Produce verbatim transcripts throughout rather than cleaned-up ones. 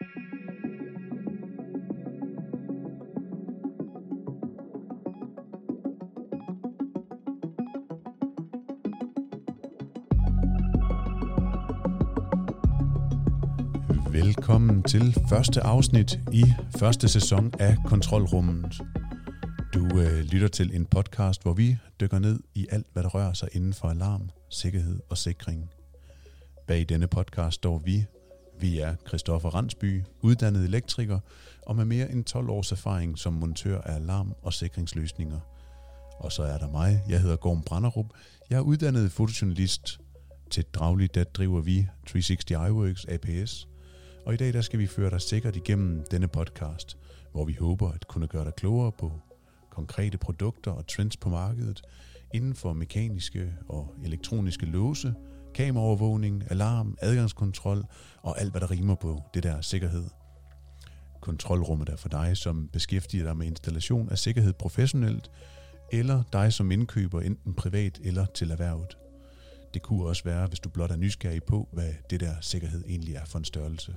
Velkommen til første afsnit i første sæson af Kontrolrummet. Du øh, lytter til en podcast, hvor vi dykker ned i alt, hvad der rører sig inden for alarm, sikkerhed og sikring. Bag denne podcast står vi. Vi er Christoffer Randsby, uddannet elektriker og med mere end tolv års erfaring som montør af alarm- og sikringsløsninger. Og så er der mig. Jeg hedder Gorm Branderup. Jeg er uddannet fotojournalist. Til dagligt der driver vi tre seks nul iWorks A P S. Og i dag der skal vi føre dig sikkert igennem denne podcast, hvor vi håber at kunne gøre dig klogere på konkrete produkter og trends på markedet inden for mekaniske og elektroniske låse, kameraovervågning, alarm, adgangskontrol og alt hvad der rimer på det der sikkerhed. Kontrolrummet er for dig, som beskæftiger dig med installation af sikkerhed professionelt, eller dig som indkøber enten privat eller til erhvervet. Det kunne også være, hvis du blot er nysgerrig på, hvad det der sikkerhed egentlig er for en størrelse.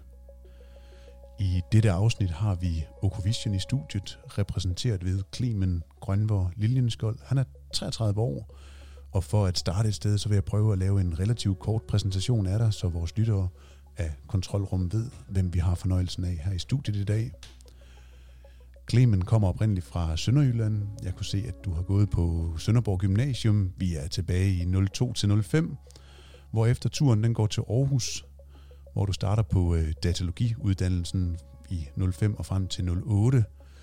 I dette afsnit har vi Ocovision i studiet, repræsenteret ved Clemen Grønborg Liljenskold. Han er treogtredive år, og for at starte et sted, så vil jeg prøve at lave en relativt kort præsentation af dig, så vores lyttere af Kontrolrummet ved, hvem vi har fornøjelsen af her i studiet i dag. Clemen kommer oprindeligt fra Sønderjylland. Jeg kunne se, at du har gået på Sønderborg Gymnasium. Vi er tilbage i nul to til nul fem, hvor efter turen den går til Aarhus, hvor du starter på øh, datalogiuddannelsen i nul fem og frem til nul otte.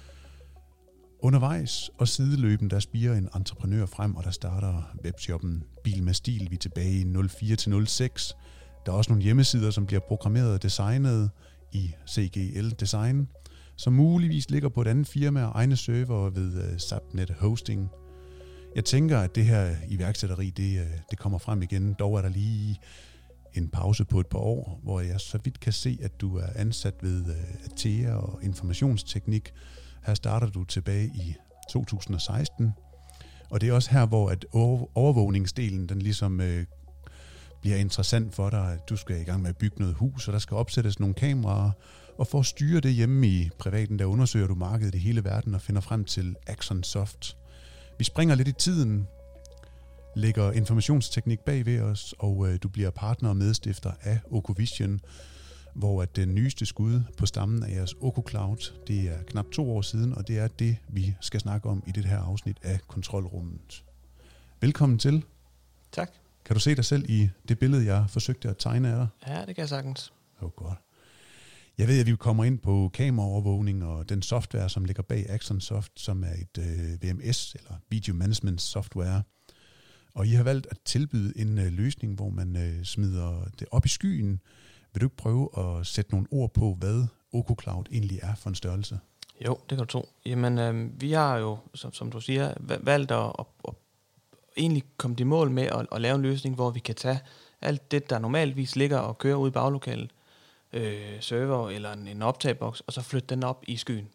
Undervejs og sideløben, der spirer en entreprenør frem, og der starter webshoppen Bil med Stil. Vi er tilbage i nul fire til nul seks. Der er også nogle hjemmesider, som bliver programmeret og designet i C G L Design, som muligvis ligger på et andet firma og egne server ved uh, Zapnet Hosting. Jeg tænker, at det her iværksætteri, det, uh, det kommer frem igen. Dog er der lige en pause på et par år, hvor jeg så vidt kan se, at du er ansat ved uh, Atea og informationsteknik. Her starter du tilbage i to tusind og seksten, og det er også her, hvor at overvågningsdelen den ligesom uh, bliver interessant for dig. Du skal i gang med at bygge noget hus, og der skal opsættes nogle kameraer, og for at styre det hjemme i privaten, der undersøger du markedet i hele verden og finder frem til Axon Soft. Vi springer lidt i tiden, lægger informationsteknik bag ved os, og øh, du bliver partner og medstifter af Ocovision, hvor at den nyeste skud på stammen af jeres OcoCloud, det er knap to år siden, og det er det, vi skal snakke om i det her afsnit af Kontrolrummet. Velkommen til. Tak. Kan du se dig selv i det billede, jeg forsøgte at tegne af dig? Ja, det kan jeg sagtens. Åh, oh, godt. Jeg ved, at vi kommer ind på kameraovervågning og den software, som ligger bag Axon Soft, som er et øh, V M S, eller Video Management Software. Og I har valgt at tilbyde en øh, løsning, hvor man øh, smider det op i skyen. Vil du ikke prøve at sætte nogle ord på, hvad OcoCloud egentlig er for en størrelse? Jo, det kan du tro. Jamen, øh, vi har jo, som, som du siger, valgt at, at, at egentlig komme i mål med at, at lave en løsning, hvor vi kan tage alt det, der normalvis ligger og kører ude i baglokalet, Øh, server eller en, en optageboks, og så flytte den op i skyen.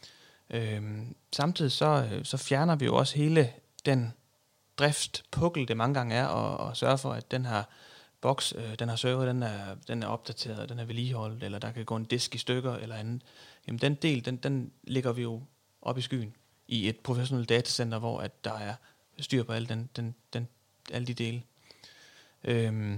Øh, samtidig så, så fjerner vi jo også hele den driftspukkel, det mange gange er, og, og sørger for, at den her boks, øh, den her server, den er, den er opdateret, den er vedligeholdt, eller der kan gå en disk i stykker eller andet. Jamen den del, den, den ligger vi jo op i skyen i et professionelt datacenter, hvor at der er styr på alle, den, den, den, alle de dele. Øh,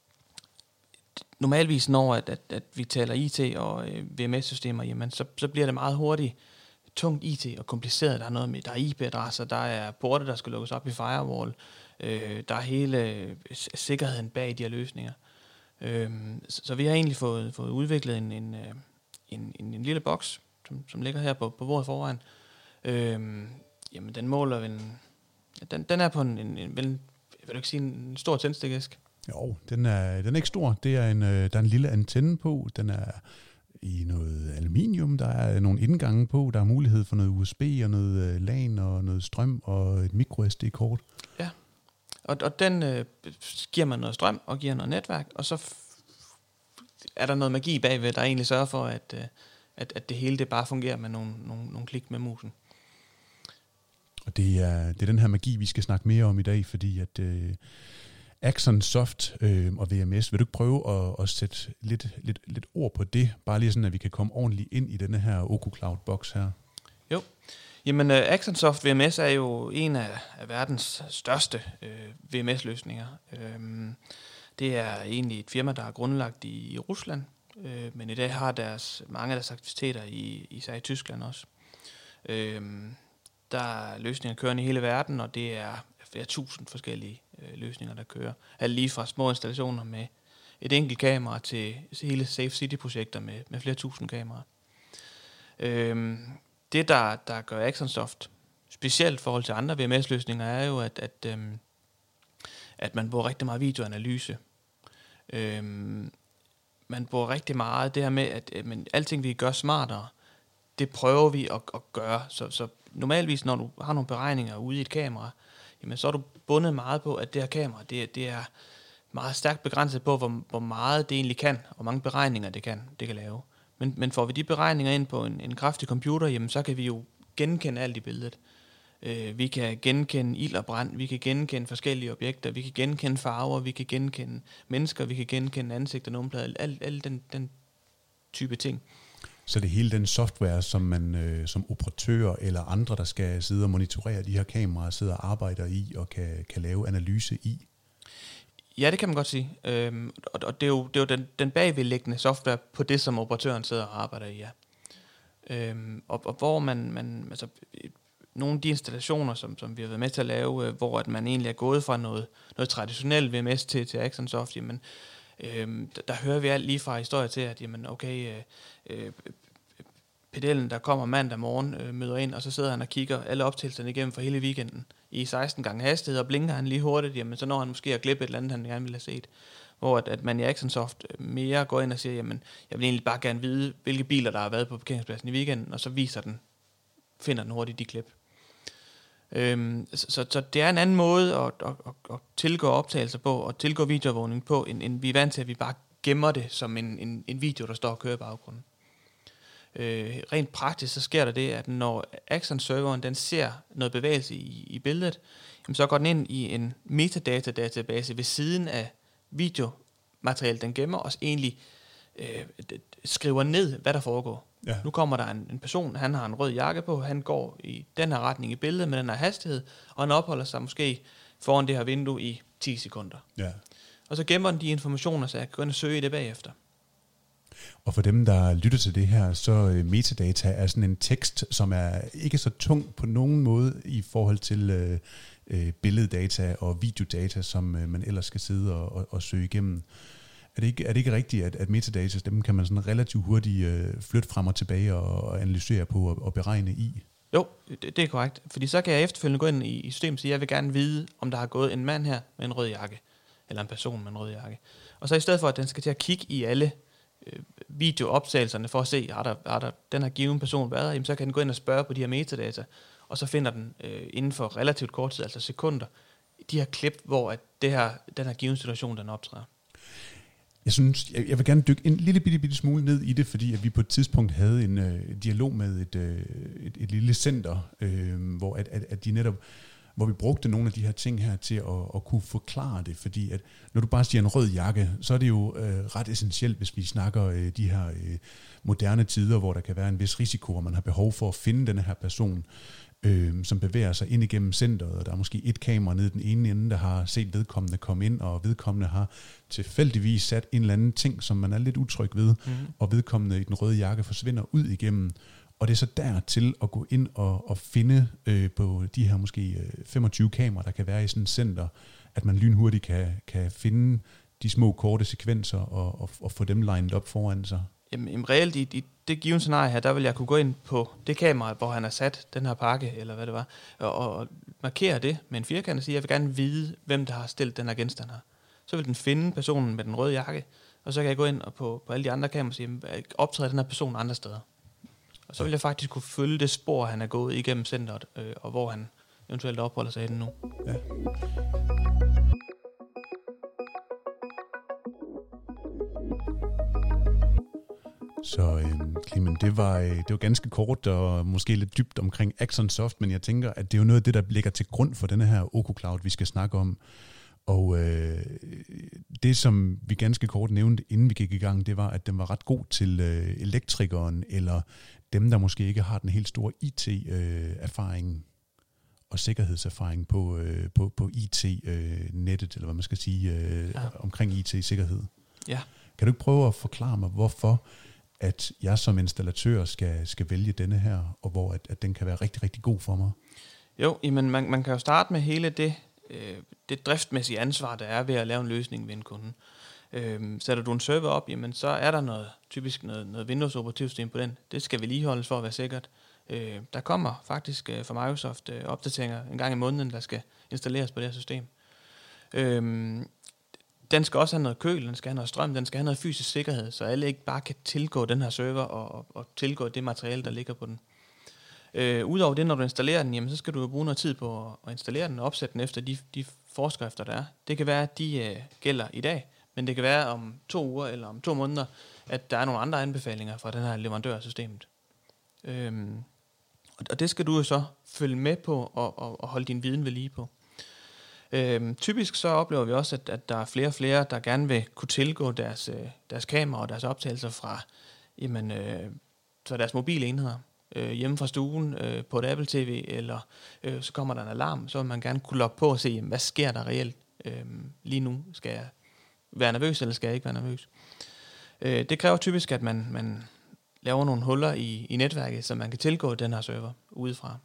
Normalvis når at, at, at vi taler I T og øh, V M S-systemer, jamen, så, så bliver det meget hurtigt tungt I T og kompliceret. Der er noget med, der er I P-adresser, der er porte, der skal lukkes op i firewall, øh, der er hele øh, sikkerheden bag de her løsninger. Øh, så, så vi har egentlig fået, fået udviklet en, en, en, en, en lille boks, som, som ligger her på, på bordet foran. Øh, jamen, den måler en, den, den er på en, en, en vel, jeg vil ikke sige en stor tændstikæske. Jo, den er, den er ikke stor. Det er en, der er en lille antenne på. Den er i noget aluminium. Der er nogle indgange på. Der er mulighed for noget U S B og noget LAN og noget strøm og et micro S D-kort. Ja, og, og den øh, giver man noget strøm og giver noget netværk, og så f- er der noget magi bagved, der egentlig sørger for, at, øh, at, at det hele det bare fungerer med nogle, nogle, nogle klik med musen. Og det er, det er den her magi, vi skal snakke mere om i dag, fordi at... Øh, Axonsoft øh, og V M S. Vil du ikke prøve at, at sætte lidt, lidt, lidt ord på det, bare lige sådan, at vi kan komme ordentligt ind i denne her OcuCloud-boks her? Jo. Jamen, uh, Axonsoft V M S er jo en af, af verdens største uh, V M S-løsninger. Um, det er egentlig et firma, der er grundlagt i, i Rusland, uh, men i dag har deres, mange af deres aktiviteter i, især i Tyskland også. Um, der er løsninger kørende i hele verden, og det er flere tusind forskellige uh, løsninger, der kører. Alt lige fra små installationer med et enkelt kamera til hele Safe City-projekter med, med flere tusind kameraer. Um, Det, der, der gør Axonsoft specielt i forhold til andre V M S-løsninger, er jo, at, at, øhm, at man bruger rigtig meget videoanalyse. Øhm, man bruger rigtig meget det her med, at men, alting vi gør smartere, det prøver vi at, at gøre. Så, så normalvis, når du har nogle beregninger ude i et kamera, jamen, så er du bundet meget på, at det her kamera, det, det er meget stærkt begrænset på, hvor, hvor meget det egentlig kan, og hvor mange beregninger det kan, det kan lave. Men, men får vi de beregninger ind på en, en kraftig computer, jamen så kan vi jo genkende alt i billedet. Øh, vi kan genkende ild og brand, vi kan genkende forskellige objekter, vi kan genkende farver, vi kan genkende mennesker, vi kan genkende ansigter, nummerplader, alt, alt den, den type ting. Så det er hele den software, som man øh, som operatør eller andre, der skal sidde og monitorere de her kameraer, sidder og arbejder i og kan, kan lave analyse i? Ja, det kan man godt sige. Øhm, og, og det er jo, det er jo den, den bagvedliggende software på det, som operatøren sidder og arbejder i, ja. Øhm, og, og hvor man, man altså, nogle af de installationer, som, som vi har været med til at lave, øh, hvor at man egentlig er gået fra noget, noget traditionelt V M S til, til Axonsoft, jamen, øhm, der, der hører vi alt lige fra historier til, at jamen, okay, øh, øh, pedellen, der kommer mandag morgen, øh, møder ind, og så sidder han og kigger alle optagelserne igennem for hele weekenden i seksten gange hastighed, og blinker han lige hurtigt, jamen så når han måske at glippe et eller andet, han gerne ville have set. Hvor at, at man i Axonsoft mere går ind og siger, jamen jeg vil egentlig bare gerne vide, hvilke biler, der har været på parkeringspladsen i weekenden, og så viser den, finder den hurtigt de klip. Øhm, så, så, så det er en anden måde at, at, at, at tilgå optagelser på, og tilgå videoovervågning på, end, end vi er vant til, at vi bare gemmer det som en, en, en video, der står og kører i baggrunden. Øh, rent praktisk så sker der det, at når Axon-serveren den ser noget bevægelse i, i billedet, jamen, så går den ind i en metadata-database ved siden af videomaterialet, den gemmer, og egentlig øh, skriver ned, hvad der foregår. Ja. Nu kommer der en, en person, han har en rød jakke på, han går i den her retning i billedet med den her hastighed, og han opholder sig måske foran det her vindue i ti sekunder. Ja. Og så gemmer den de informationer, så jeg kan gå ind og søge i det bagefter. Og for dem, der lytter til det her, så uh, metadata er sådan en tekst, som er ikke så tung på nogen måde i forhold til uh, uh, billeddata og videodata, som uh, man ellers skal sidde og, og, og søge igennem. Er det ikke, er det ikke rigtigt, at, at metadata, dem kan man sådan relativt hurtigt uh, flytte frem og tilbage og, og analysere på og, og beregne i? Jo, det, det er korrekt. Fordi så kan jeg efterfølgende gå ind i, i systemet og sige, at jeg vil gerne vide, om der har gået en mand her med en rød jakke, eller en person med en rød jakke. Og så i stedet for, at den skal til at kigge i alle videooptagelserne for at se, har der, har der den her given person været, jamen, så kan den gå ind og spørge på de her metadata, og så finder den øh, inden for relativt kort tid, altså sekunder, de her klip, hvor at det her, den her given situation, den optræder. Jeg synes, jeg, jeg vil gerne dykke en lille bitte, bitte smule ned i det, fordi at vi på et tidspunkt havde en øh, dialog med et, øh, et, et lille center, øh, hvor at, at, at de netop hvor vi brugte nogle af de her ting her til at, at kunne forklare det, fordi at når du bare siger en rød jakke, så er det jo øh, ret essentielt, hvis vi snakker øh, de her øh, moderne tider, hvor der kan være en vis risiko, og man har behov for at finde denne her person, øh, som bevæger sig ind igennem centret, og der er måske et kamera nede i den ene ende, der har set vedkommende komme ind, og vedkommende har tilfældigvis sat en eller anden ting, som man er lidt utryg ved, mm-hmm. og vedkommende i den røde jakke forsvinder ud igennem. Og det er så dertil at gå ind og, og finde øh, på de her måske øh, femogtyve kameraer, der kan være i sådan et center, at man lynhurtigt kan, kan finde de små korte sekvenser og, og, og få dem lined op foran sig. Jamen, jamen reelt i, i det givne scenarie her, der vil jeg kunne gå ind på det kamera, hvor han har sat den her pakke, eller hvad det var, og, og markere det med en firkant og sige, jeg vil gerne vide, hvem der har stillet den her genstand her. Så vil den finde personen med den røde jakke, og så kan jeg gå ind og på, på alle de andre kameraer og sige, optræder den her person andre steder. Og så vil jeg faktisk kunne følge det spor, han er gået igennem centret, øh, og hvor han eventuelt opholder sig henne nu. Ja. Så øh, Clement, det var, det var ganske kort og måske lidt dybt omkring Axonsoft, men jeg tænker, at det er jo noget af det, der ligger til grund for denne her OcuCloud, vi skal snakke om. Og øh, det, som vi ganske kort nævnte, inden vi gik i gang, det var, at den var ret god til øh, elektrikeren, eller dem, der måske ikke har den helt store I T-erfaring øh, og sikkerhedserfaring på, øh, på, på I T-nettet, øh, eller hvad man skal sige, øh, ja. omkring I T-sikkerhed. Ja. Kan du ikke prøve at forklare mig, hvorfor at jeg som installatør skal, skal vælge denne her, og hvor at, at den kan være rigtig, rigtig god for mig? Jo, jamen man, man kan jo starte med hele det, øh, det driftmæssige ansvar, der er ved at lave en løsning ved en kunde. Øh, sætter du en server op, jamen så er der noget, typisk noget, noget Windows-operativsystem på den. Det skal vedligeholdes for at være sikkert. Øh, der kommer faktisk øh, fra Microsoft øh, opdateringer en gang i måneden, der skal installeres på det her system. Øh, den skal også have noget køl, den skal have noget strøm, den skal have noget fysisk sikkerhed, så alle ikke bare kan tilgå den her server og, og, og tilgå det materiale, der ligger på den. Øh, Udover det, når du installerer den, jamen, så skal du jo bruge noget tid på at installere den og opsætte den efter de, de forskrifter, der er. Det kan være, at de øh, gælder i dag, men det kan være om to uger eller om to måneder, at der er nogle andre anbefalinger fra den her leverandør af systemet. Øhm, og det skal du jo så følge med på og, og, og holde din viden ved lige på. Øhm, typisk så oplever vi også, at, at der er flere og flere, der gerne vil kunne tilgå deres, øh, deres kamera og deres optagelser fra jamen, øh, så deres mobile enheder. Øh, hjemme fra stuen øh, på et Apple T V, eller øh, så kommer der en alarm, så vil man gerne kunne logge på og se, jamen, hvad sker der reelt øh, lige nu? Skal jeg være nervøs, eller skal jeg ikke være nervøs? Øh, det kræver typisk, at man, man laver nogle huller i, i netværket, så man kan tilgå den her server udefra.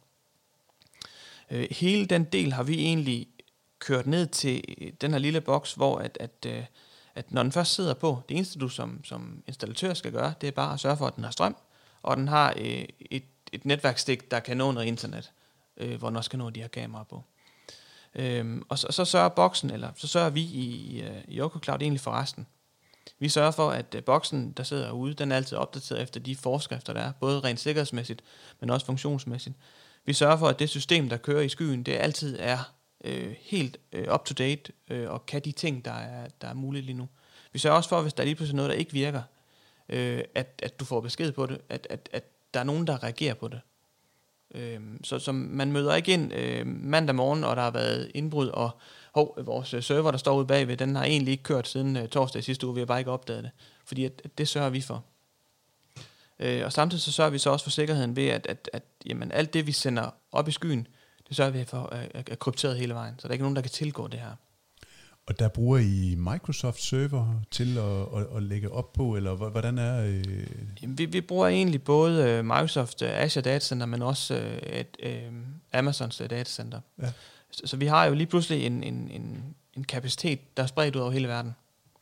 Øh, hele den del har vi egentlig kørt ned til den her lille boks, hvor at, at, at, at når den først sidder på, det eneste du som, som installatør skal gøre, det er bare at sørge for, at den har strøm, og den har øh, et, et netværkstik, der kan nå noget internet, øh, hvor den også kan nå de her kameraer på. Øhm, og, så, og så sørger boksen, eller så sørger vi i, i, i Orco Cloud egentlig for resten. Vi sørger for, at øh, boksen, der sidder ude, den er altid opdateret efter de forskrifter, der er, både rent sikkerhedsmæssigt, men også funktionsmæssigt. Vi sørger for, at det system, der kører i skyen, det altid er øh, helt øh, up-to-date, øh, og kan de ting, der er, der er muligt lige nu. Vi sørger også for, hvis der er lige pludselig noget, der ikke virker, øh, at, at du får besked på det, at, at, at der er nogen, der reagerer på det. Øh, så, så man møder ikke ind øh, mandag morgen, og der har været indbrud, og hov, vores server, der står ude bagved, den har egentlig ikke kørt siden øh, torsdag sidste uge, vi har bare ikke opdaget det, fordi at, at det sørger vi for. Øh, og samtidig så sørger vi så også for sikkerheden ved, at, at, at jamen, alt det, vi sender op i skyen, det sørger vi for at er krypteret hele vejen, så der er ikke nogen, der kan tilgå det her. Og der bruger I Microsoft server til at, at, at lægge op på, eller hvordan er... Øh... Jamen, vi, vi bruger egentlig både uh, Microsoft uh, Azure Datacenter, men også uh, et, uh, Amazons uh, Datacenter. Ja. Så, så vi har jo lige pludselig en, en, en, en kapacitet, der er spredt ud over hele verden.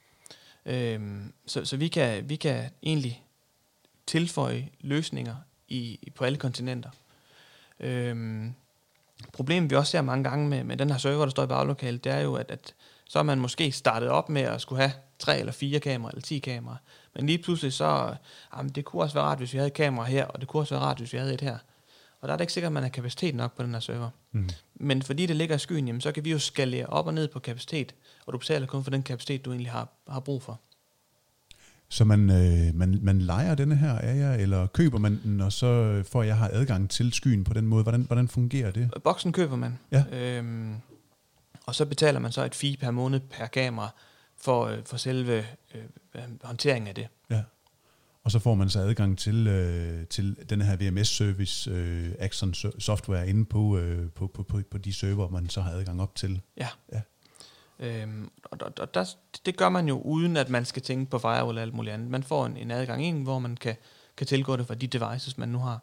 Uh, så så vi, kan, vi kan egentlig tilføje løsninger i, på alle kontinenter. Uh, Problemet vi også ser mange gange med, med den her server, der står i baglokalet, det er jo, at, at så er man måske startet op med at skulle have tre eller fire kameraer eller ti kameraer. Men lige pludselig så, jamen, det kunne også være rart, hvis vi havde et kamera her, og det kunne også være rart, hvis vi havde et her. Og der er det ikke sikkert, at man har kapacitet nok på den her server. Mm. Men fordi det ligger i skyen, jamen, så kan vi jo skalere op og ned på kapacitet, og du betaler kun for den kapacitet, du egentlig har, har brug for. Så man, øh, man, man lejer denne her af jer, eller køber man den, og så får jeg har adgang til skyen på den måde? Hvordan, hvordan fungerer det? Boksen køber man, ja. øhm, og så betaler man så et fee per måned per kamera for, øh, for selve øh, håndteringen af det. Ja. Og så får man så adgang til, øh, til denne her V M S-service, øh, Axon Software, inde på, øh, på, på, på, på de server, man så har adgang op til. Ja. Ja. Øhm, og og der, det gør man jo uden at man skal tænke på firewall eller alt muligt andet. Man får en, en adgang ind, hvor man kan, kan tilgå det fra de devices, man nu har.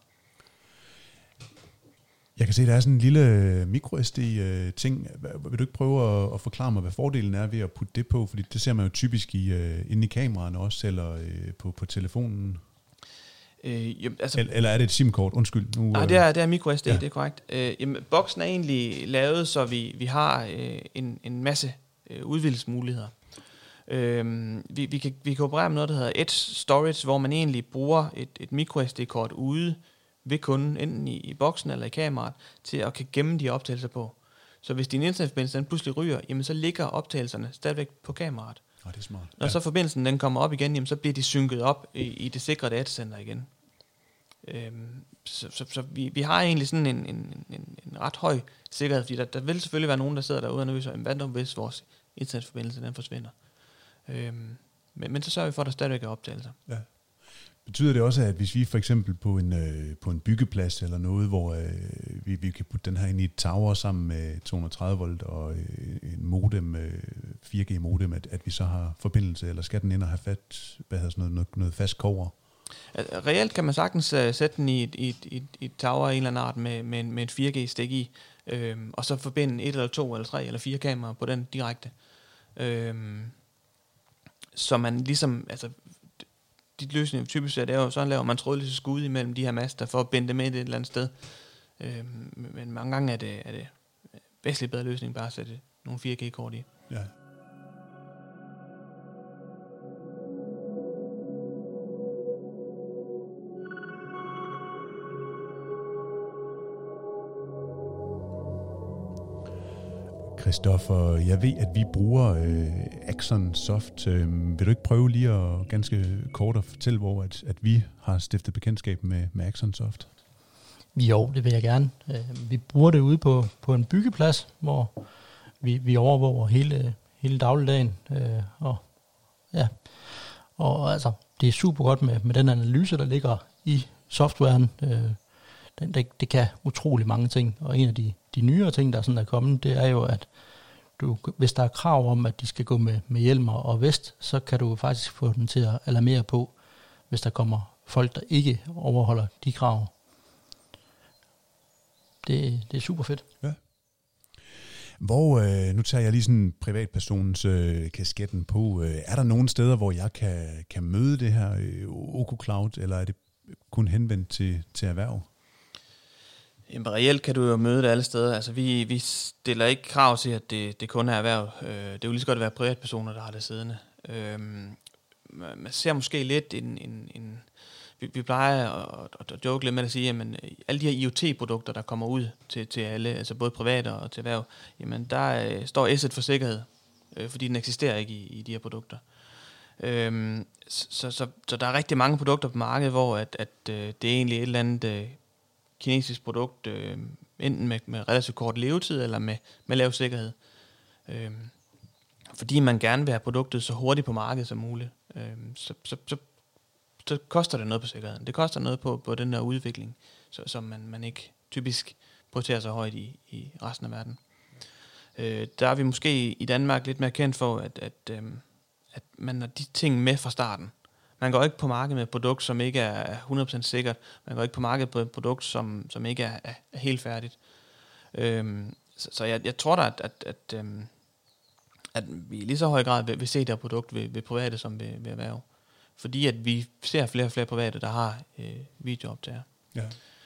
Jeg kan se, der er sådan en lille microSD ting. Vil du ikke prøve at, at forklare mig, hvad fordelen er ved at putte det på? Fordi det ser man jo typisk i, uh, inde i kameraerne også, eller uh, på, på telefonen. Øh, jamen, altså, eller, eller er det et SIM-kort? Undskyld. Nu, nej, det er, det er microSD, ja. Det er korrekt. Øh, jamen, boksen er egentlig lavet, så vi, vi har øh, en, en masse øh, udvidelsesmuligheder. Øh, vi, vi, kan, vi kan operere med noget, der hedder Edge Storage, hvor man egentlig bruger et, et microSD-kort ude ved kunden, enten i, i boksen eller i kameraet, til at kan gemme de optagelser på. Så hvis din internetforbindelse den pludselig ryger, jamen så ligger optagelserne stadigvæk på kameraet. Oh, det er smart. Når ja. så forbindelsen den kommer op igen, jamen så bliver de synket op i, i det sikre datacenter igen. Øhm, så så, så vi, vi har egentlig sådan en, en, en, en ret høj sikkerhed, fordi der, der vil selvfølgelig være nogen, der sidder derude og nøser, hvad nu hvis vores internetforbindelse den forsvinder. Øhm, men, men så sørger vi for, at der stadigvæk er optagelser. Ja. Betyder det også, at hvis vi for eksempel på en, øh, på en byggeplads eller noget, hvor øh, vi, vi kan putte den her ind i et tower sammen med to hundrede og tredive volt og øh, en modem, øh, fire G modem, at, at vi så har forbindelse, eller skal den ind og have fat, hvad hedder sådan noget, noget, noget fast kover? Reelt kan man sagtens uh, sætte den i et, i, et, i, et, i et tower af en eller anden art med, med, en, med en fire G stik i, øhm, og så forbinde et eller to eller tre eller fire kameraer på den direkte. Øhm, så man ligesom, altså dit løsning typisk er det jo, så laver man trådløse skud imellem de her master for at binde dem ind et eller andet sted. Øhm, men mange gange er det, er det væsentligt bedre løsning bare at sætte nogle fire G kort i. Ja. Christoffer, jeg ved, at vi bruger øh, Axon Soft. Øh, vil du ikke prøve lige at ganske kort at fortælle, hvor at, at vi har stiftet bekendtskab med, med Axon Soft? Jo, det vil jeg gerne. Øh, vi bruger det ude på, på en byggeplads, hvor vi, vi overvåger hele, hele dagligdagen. Øh, og, ja. og altså, det er super godt med, med den analyse, der ligger i softwaren. Øh, den, det, det kan utrolig mange ting, og en af de De nyere ting, der sådan er kommet, det er jo, at du, hvis der er krav om, at de skal gå med, med hjelmer og vest, så kan du faktisk få dem til at alarmere på, hvis der kommer folk, der ikke overholder de krav. Det, det er super fedt. Ja. Hvor, øh, nu tager jeg lige sådan privatpersonens øh, kasketten på. Øh, er der nogle steder, hvor jeg kan, kan møde det her øh, OcuCloud, eller er det kun henvendt til, til erhverv? Jamen, reelt kan du jo møde det alle steder. Altså, vi, vi stiller ikke krav til, at det, det kun er erhverv. Øh, det vil lige så godt være privatpersoner, der har det siddende. Øh, man ser måske lidt en... en, en vi, vi plejer at, at joke lidt med at sige, at alle de her I O T-produkter, der kommer ud til, til alle, altså både private og til erhverv, jamen der øh, står S'et for sikkerhed, øh, fordi den eksisterer ikke i, i de her produkter. Øh, så, så, så der er rigtig mange produkter på markedet, hvor at, at, øh, det er egentlig et eller andet... Øh, kinesisk produkt, øh, enten med, med relativt kort levetid, eller med, med lav sikkerhed. Øh, fordi man gerne vil have produktet så hurtigt på markedet som muligt, øh, så, så, så, så koster det noget på sikkerheden. Det koster noget på, på den der udvikling, så, som man, man ikke typisk prioriterer så højt i, i resten af verden. Øh, der er vi måske i Danmark lidt mere kendt for, at, at, øh, at man har de ting med fra starten. Man går ikke på markedet med et produkt, som ikke er hundrede procent sikkert. Man går ikke på markedet på et produkt, som, som ikke er, er, er helt færdigt. Øhm, så så jeg, jeg tror da, at, at, at, øhm, at vi i lige så høj grad vil, vil se det her produkt ved, ved private som ved, ved erhverv. Fordi at vi ser flere og flere private, der har øh, videooptager. Ja.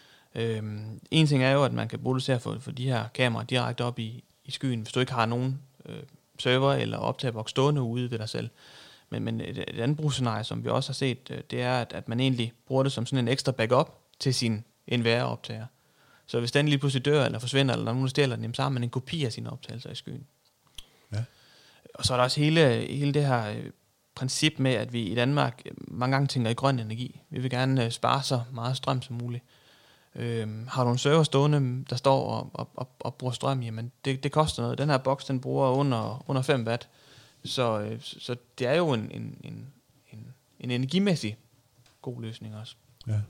Øhm, en ting er jo, at man kan producere for, for de her kameraer direkte op i, i skyen, hvis du ikke har nogen øh, server eller optageboks stående ude ved dig selv. Men, men et, et andet brugsscenarie, som vi også har set, det er, at, at man egentlig bruger det som sådan en ekstra backup til sin N V R-optager. Så hvis den lige pludselig dør eller forsvinder, eller nogen stjæler den, så har man en kopi af sine optagelser i skyen. Ja. Og så er der også hele, hele det her øh, princip med, at vi i Danmark mange gange tænker i grøn energi. Vi vil gerne øh, spare så meget strøm som muligt. Øh, har du en server stående, der står og, og, og, og bruger strøm, jamen det, det koster noget. Den her boks, den bruger under, under fem watt. Så, øh, så det er jo en, en, en, en, en energimæssig god løsning også. Ja.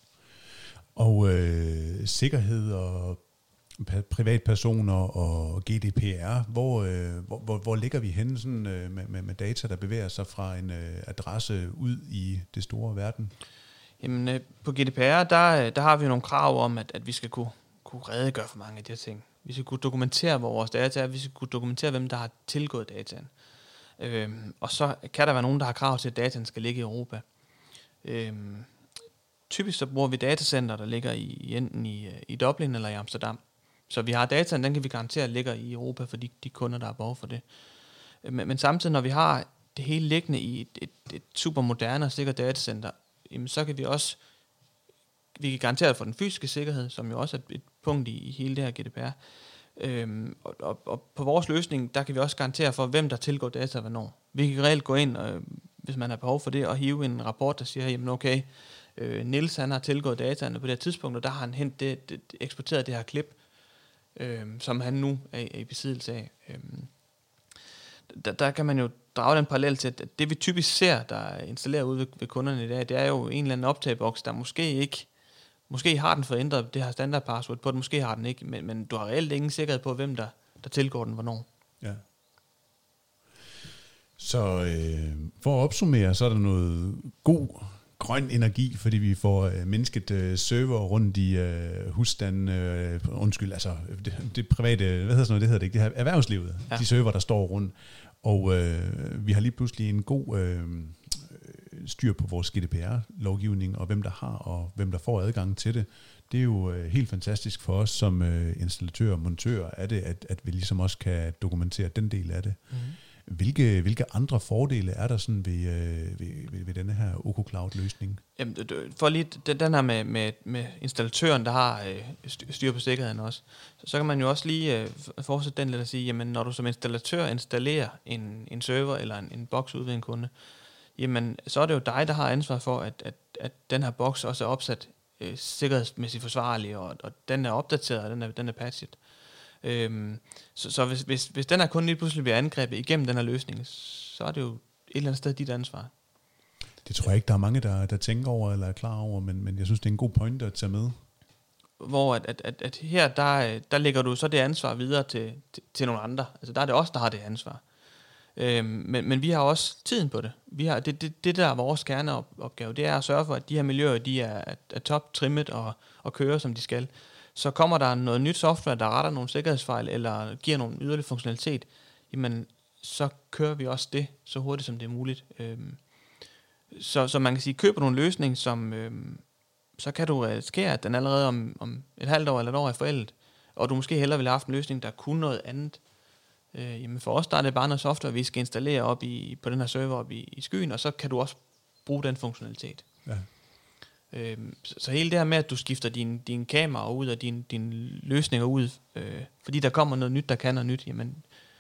Og øh, sikkerhed og privatpersoner og G D P R, hvor, øh, hvor, hvor, hvor ligger vi henne sådan, øh, med, med, med data, der bevæger sig fra en øh, adresse ud i det store verden? Jamen, øh, på G D P R, der, der har vi nogle krav om, at, at vi skal kunne, kunne redegøre for mange af de her ting. Vi skal kunne dokumentere, hvor vores data er. Vi skal kunne dokumentere, hvem der har tilgået dataen. Øhm, og så kan der være nogen, der har krav til, at dataen skal ligge i Europa. Øhm, typisk så bruger vi datacenter, der ligger i, enten i, i Dublin eller i Amsterdam. Så vi har dataen, den kan vi garantere ligger i Europa for de, de kunder, der har behov for det. Men, men samtidig, når vi har det hele liggende i et, et, et super moderne og sikkert datacenter, jamen, så kan vi også vi kan garantere for den fysiske sikkerhed, som jo også er et, et punkt i, i hele det her G D P R. Øhm, og, og, og på vores løsning, der kan vi også garantere for, hvem der tilgår data hvornår. Vi kan reelt gå ind, øh, hvis man har behov for det, og hive en rapport, der siger, jamen okay, øh, Niels han har tilgået dataene på det her tidspunkt, og der har han hent det, det, eksporteret det her klip, øh, som han nu er, er i besiddelse af. Øh, der, der kan man jo drage den parallel til, at det vi typisk ser, der er installeret ude ved, ved kunderne i dag, det er jo en eller anden optageboks, der måske ikke, måske har den fået ændret det her standardpassword på den, måske har den ikke, men, men du har reelt ingen sikkerhed på, hvem der, der tilgår den hvornår. Ja. Så øh, for at opsummere, så er der noget god grøn energi, fordi vi får øh, mindsket øh, server rundt i øh, husstanden, øh, undskyld, altså det, det private, hvad hedder sådan noget, det hedder det ikke, det her erhvervslivet, ja. De server, der står rundt, og øh, vi har lige pludselig en god øh, styr på vores G D P R-lovgivning, og hvem der har, og hvem der får adgang til det. Det er jo øh, helt fantastisk for os som øh, installatører og montører af det, at, at vi ligesom også kan dokumentere den del af det. Mm-hmm. Hvilke, hvilke andre fordele er der sådan ved, øh, ved, ved, ved denne her OcoCloud-løsning? Jamen, for lige den her med, med, med installatøren, der har øh, styr på sikkerheden også, så, så kan man jo også lige øh, fortsætte den lidt at sige, jamen når du som installatør installerer en, en server eller en, en boks ude ved en kunde, jamen så er det jo dig, der har ansvar for, at, at, at den her boks også er opsat øh, sikkerhedsmæssigt forsvarlig, og, og den er opdateret, og den er, den er patchet. Øhm, så så hvis, hvis, hvis den her kunde lige pludselig bliver angrebet igennem den her løsning, så er det jo et eller andet sted dit ansvar. Det tror jeg ikke, der er mange, der, der tænker over eller er klar over, men, men jeg synes, det er en god pointe at tage med. Hvor at, at, at, at her, der, der lægger du så det ansvar videre til, til, til nogle andre. Altså der er det os, der har det ansvar. Øhm, men, men vi har også tiden på det. Vi har, det, det, det der er vores kerneopgave, det er at sørge for, at de her miljøer, de er, er top trimmet og, og kører, som de skal. Så kommer der noget nyt software, der retter nogle sikkerhedsfejl, eller giver nogle yderligere funktionalitet, jamen, så kører vi også det så hurtigt, som det er muligt. Øhm, så, så man kan sige, køber du en løsning, som, øhm, så kan du risikere, at den allerede om, om et halvt år eller et år er forældet, og du måske hellere ville have haft en løsning, der kunne noget andet. Øh, jamen for os, der er det bare noget software, vi skal installere op i, på den her server op i, i skyen, og så kan du også bruge den funktionalitet. Ja. Øhm, så, så hele det her med, at du skifter dine din kameraer ud og dine din løsninger ud, øh, fordi der kommer noget nyt, der kan noget nyt, jamen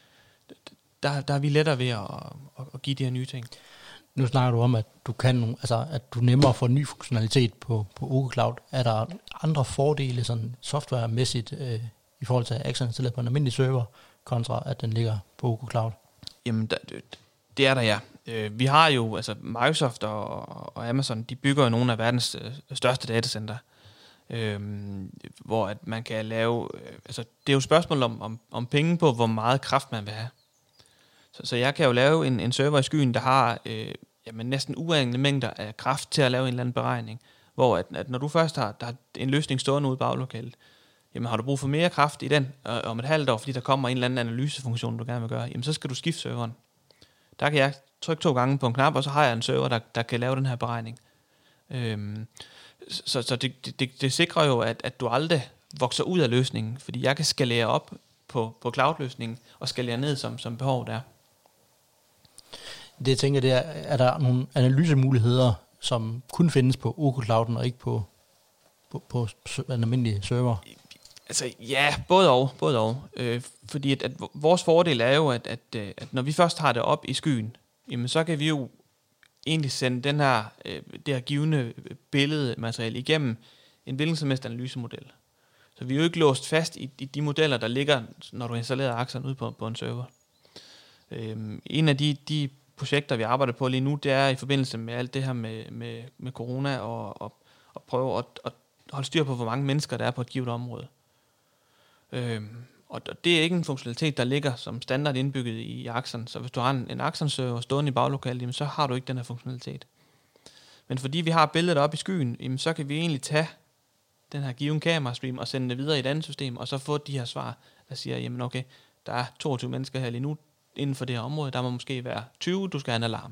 der, der er vi lettere ved at, at, at give de her nye ting. Nu snakker du om, at du kan, altså at du nemmere får ny funktionalitet på, på OcoCloud. Er der andre fordele sådan softwaremæssigt øh, i forhold til at Axon installeret på en almindelig server, kontra at den ligger på OcoCloud? Jamen, der, det er der, ja. Vi har jo, altså Microsoft og, og Amazon, de bygger jo nogle af verdens største datacenter, øhm, hvor at man kan lave, altså det er jo et spørgsmål om, om, om penge på, hvor meget kraft man vil have. Så, så jeg kan jo lave en, en server i skyen, der har øh, jamen, næsten uanede mængder af kraft til at lave en eller anden beregning, hvor at, at når du først har, der er en løsning stående ude i baglokalet, jamen har du brug for mere kraft i den øh, om et halvt år, fordi der kommer en eller anden analysefunktion, du gerne vil gøre, jamen så skal du skifte serveren. Der kan jeg trykke to gange på en knap, og så har jeg en server, der, der kan lave den her beregning. Øhm, så så det, det, det sikrer jo, at, at du aldrig vokser ud af løsningen, fordi jeg kan skalere op på, på cloud-løsningen, og skalere ned, som, som behovet er. Det jeg tænker, det er, er der nogle analysemuligheder, som kun findes på OcoClouden, og ikke på, på, på en almindelig server? Altså ja, både og, både og. Øh, fordi at, at vores fordel er jo, at, at, at når vi først har det op i skyen, jamen så kan vi jo egentlig sende den her, øh, det her givende billedmateriale igennem en hvilken som helst analysemodel. Så vi er jo ikke låst fast i, i de modeller, der ligger, når du installerer Axon ud på, på en server. Øh, en af de, de projekter, vi arbejder på lige nu, det er i forbindelse med alt det her med, med, med corona, og, og, og prøve at, at holde styr på, hvor mange mennesker der er på et givet område. Øhm, og det er ikke en funktionalitet, der ligger som standard indbygget i Axon. Så hvis du har en, en Axon-server stående i baglokalet, jamen, så har du ikke den her funktionalitet. Men fordi vi har billedet op i skyen, jamen, så kan vi egentlig tage den her given kamerastream og sende det videre i et andet system, og så få de her svar, der siger, jamen okay, der er toogtyve mennesker her lige nu inden for det her område, der må måske være tyve, du skal have en alarm.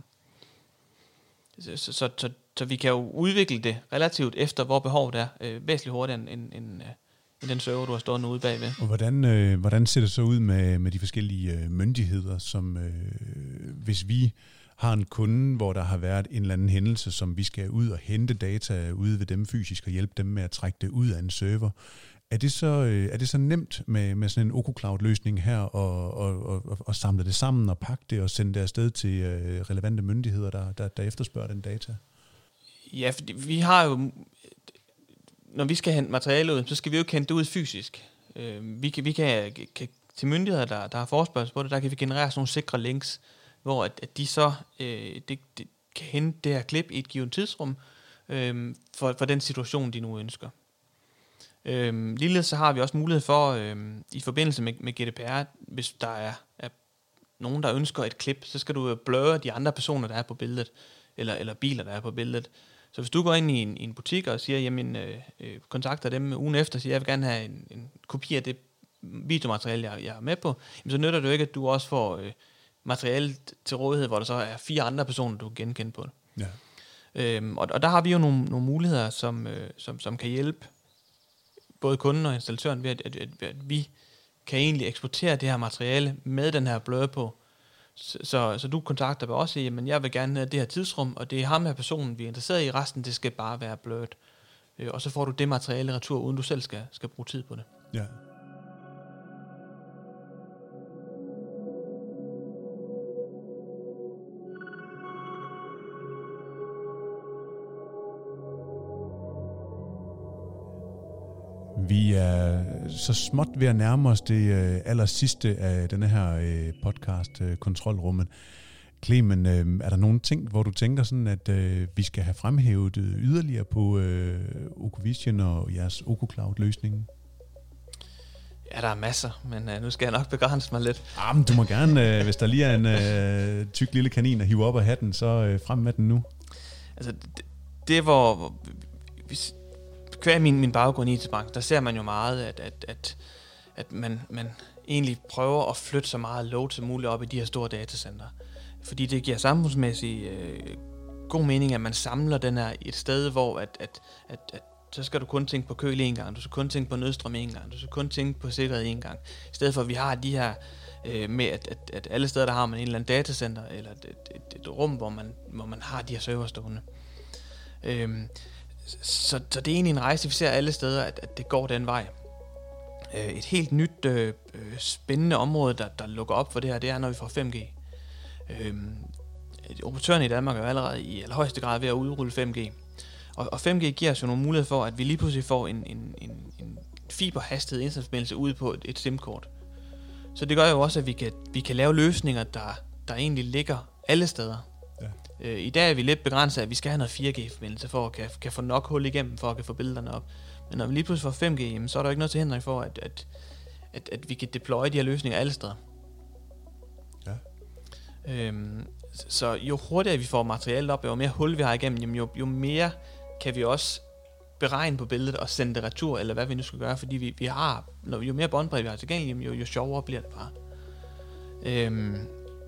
Så, så, så, så, så vi kan jo udvikle det relativt efter, hvor behovet er, øh, væsentligt hurtigere end, end, end i den server, du har stående ude bagved. Og hvordan, øh, hvordan ser det så ud med, med de forskellige øh, myndigheder, som øh, hvis vi har en kunde, hvor der har været en eller anden hændelse, som vi skal ud og hente data ude ved dem fysisk og hjælpe dem med at trække det ud af en server, er det så, øh, er det så nemt med, med sådan en OcoCloud-løsning her og, og, og, og samle det sammen og pakke det og sende det afsted til øh, relevante myndigheder, der, der, der efterspørger den data? Ja, fordi vi har jo, når vi skal hente materiale ud, så skal vi jo ikke hente det ud fysisk. Øh, vi kan, vi kan, kan til myndigheder, der, der har forespørgsel på det, der kan vi generere sådan nogle sikre links, hvor at, at de så øh, det, det kan hente det her klip i et givet tidsrum, øh, for, for den situation, de nu ønsker. Øh, ligeledes så har vi også mulighed for, øh, i forbindelse med, med G D P R, hvis der er, er nogen, der ønsker et klip, så skal du blurre de andre personer, der er på billedet, eller, eller biler, der er på billedet. Så hvis du går ind i en, i en butik og siger, jamen, øh, øh, kontakter dem ugen efter, og siger, jeg vil gerne have en, en kopi af det videomateriale, jeg, jeg er med på, jamen, så nytter det jo ikke, at du også får øh, materiale til rådighed, hvor der så er fire andre personer, du kan genkende på det. Ja. Øhm, og, og der har vi jo nogle, nogle muligheder, som, øh, som, som kan hjælpe både kunden og installatøren ved, at, at, at, at vi kan egentlig eksportere det her materiale med den her blur på. Så, så, så du kontakter mig og siger, jamen jeg vil gerne have det her tidsrum, og det er ham her personen, vi er interesseret i. Resten, det skal bare være blurret. Øh, og så får du det materiale retur, uden du selv skal, skal bruge tid på det. Ja. Vi er så småt ved at nærme os det øh, aller sidste af denne her øh, podcast, øh, Kontrolrummet. Clemen, øh, er der nogle ting, hvor du tænker sådan, at øh, vi skal have fremhævet øh, yderligere på øh, Ocovision og jeres OcoCloud-løsningen? Ja, der er masser, men øh, nu skal jeg nok begrænse mig lidt. Ah, men du må gerne, øh, hvis der lige er en øh, tyk lille kanin at hive op af hatten, så øh, frem med den nu. Altså, det, det hvor... hvor hvis, Hver min, min baggrund i I T-branchen, der ser man jo meget, at, at, at, at man, man egentlig prøver at flytte så meget load som muligt op i de her store datacenter. Fordi det giver samfundsmæssig øh, god mening, at man samler den her et sted, hvor at, at, at, at, så skal du kun tænke på køl en gang, du skal kun tænke på nødstrøm en gang, du skal kun tænke på sikkerhed en gang. I stedet for, at vi har de her øh, med, at, at, at alle steder, der har man en eller anden datacenter, eller et, et, et, et rum, hvor man, hvor man har de her server stående. Øhm, Så, så det er egentlig en rejse, vi ser alle steder, at, at det går den vej. Øh, et helt nyt, øh, spændende område, der, der lukker op for det her, det er, når vi får fem G. Øh, operatørerne i Danmark er jo allerede i allerhøjeste grad ved at udrulle fem G. Og, og fem G giver os jo nogle muligheder for, at vi lige pludselig får en, en, en, en fiberhastighed internetforbindelse ude på et, et SIM-kort. Så det gør jo også, at vi kan, vi kan lave løsninger, der, der egentlig ligger alle steder. Ja. Øh, I dag er vi lidt begrænset, at vi skal have noget fire G-forbindelse for at kan, kan få nok hul igennem, for at kan få billederne op. Men når vi lige pludselig får fem G, jamen, så er der ikke noget til hindring for, at, at, at, at vi kan deploye de her løsninger alle steder. Ja. Øhm, så jo hurtigere vi får materialet op, jo mere hul vi har igennem, jamen, jo, jo mere kan vi også beregne på billedet og sende det retur, eller hvad vi nu skal gøre, fordi vi, vi har, når, jo mere båndbredde vi har tilgængeligt, jo, jo sjovere bliver det bare. Øhm,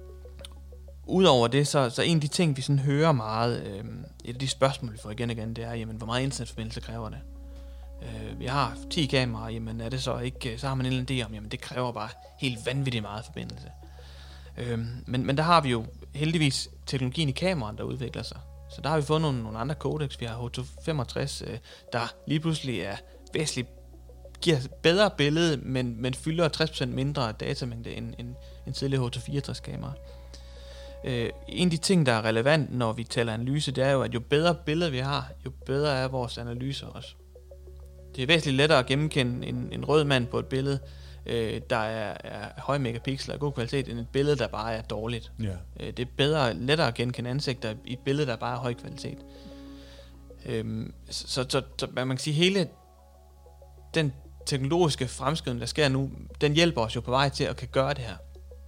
Udover det, så, så en af de ting, vi sådan hører meget, øh, et af de spørgsmål, vi får igen og igen, det er, jamen, hvor meget internetforbindelse kræver det? Øh, vi har ti kameraer, jamen er det så ikke, så har man en eller anden idé om, jamen det kræver bare helt vanvittigt meget forbindelse. Øh, men, men der har vi jo heldigvis teknologien i kameraen, der udvikler sig. Så der har vi fået nogle, nogle andre codecs, vi har H to femogtres, øh, der lige pludselig er væsentligt, giver bedre billede, men, men fylder tres procent mindre datamængde end, end, end tidligere H to fireogtres kameraer. Uh, en af de ting, der er relevant, når vi taler analyse, det er jo, at jo bedre billeder vi har, jo bedre er vores analyser også. Det er væsentligt lettere at genkende en, en rød mand på et billede, uh, der er, er høj megapixel og god kvalitet, end et billede, der bare er dårligt. Yeah. Uh, det er bedre, lettere at genkende ansigter i et billede, der bare er høj kvalitet. Uh, så, så, så man kan sige, hele den teknologiske fremskridning, der sker nu, den hjælper os jo på vej til at kan gøre det her.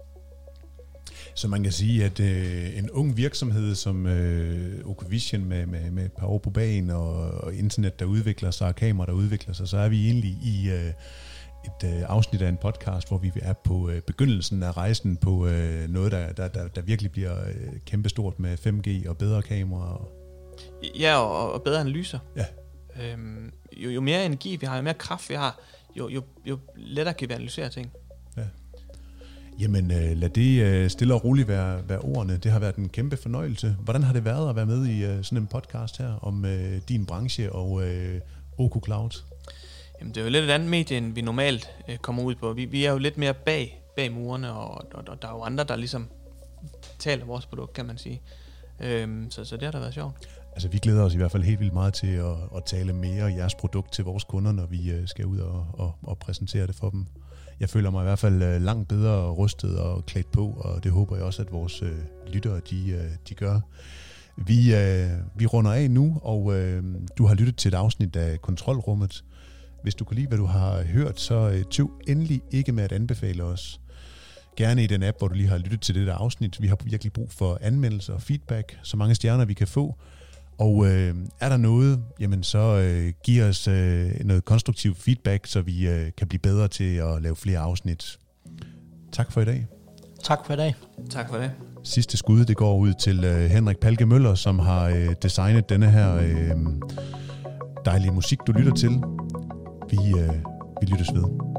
Så man kan sige, at øh, en ung virksomhed som øh, Ocovision med, med, med et par år på bagen og, og internet, der udvikler sig, og kamera, der udvikler sig, så er vi egentlig i øh, et øh, afsnit af en podcast, hvor vi er på øh, begyndelsen af rejsen på øh, noget, der, der, der, der virkelig bliver øh, kæmpestort med fem G og bedre kameraer. Og ja, og, og bedre analyser. Ja. Øhm, jo, jo mere energi vi har, jo mere kraft vi har, jo, jo, jo lettere kan vi analysere ting. Ja. Jamen øh, lad det øh, stille og roligt være, være ordene. Det har været en kæmpe fornøjelse. Hvordan har det været at være med i øh, sådan en podcast her om øh, din branche og øh, OcoCloud? Jamen det er jo lidt et andet medie, end vi normalt øh, kommer ud på. Vi, vi er jo lidt mere bag, bag murene, og, og, og der er jo andre, der ligesom taler vores produkt, kan man sige. Øhm, så, så det har da været sjovt. Altså vi glæder os i hvert fald helt vildt meget til at, at tale mere jeres produkt til vores kunder, når vi øh, skal ud og, og, og præsentere det for dem. jeg føler mig i hvert fald øh, langt bedre rustet og klædt på, og det håber jeg også, at vores øh, lyttere, de, øh, de gør. Vi, øh, vi runder af nu, og øh, du har lyttet til et afsnit af Kontrolrummet. Hvis du kan lide, hvad du har hørt, så øh, tøv endelig ikke med at anbefale os. Gerne i den app, hvor du lige har lyttet til det der afsnit. Vi har virkelig brug for anmeldelser og feedback, så mange stjerner vi kan få. Og øh, er der noget, jamen så øh, giv os øh, noget konstruktiv feedback, så vi øh, kan blive bedre til at lave flere afsnit. Tak for i dag. Tak for i dag. Tak for det. Sidste skud, det går ud til øh, Henrik Palke Møller, som har øh, designet denne her øh, dejlige musik, du lytter til. Vi, øh, vi lyttes ved.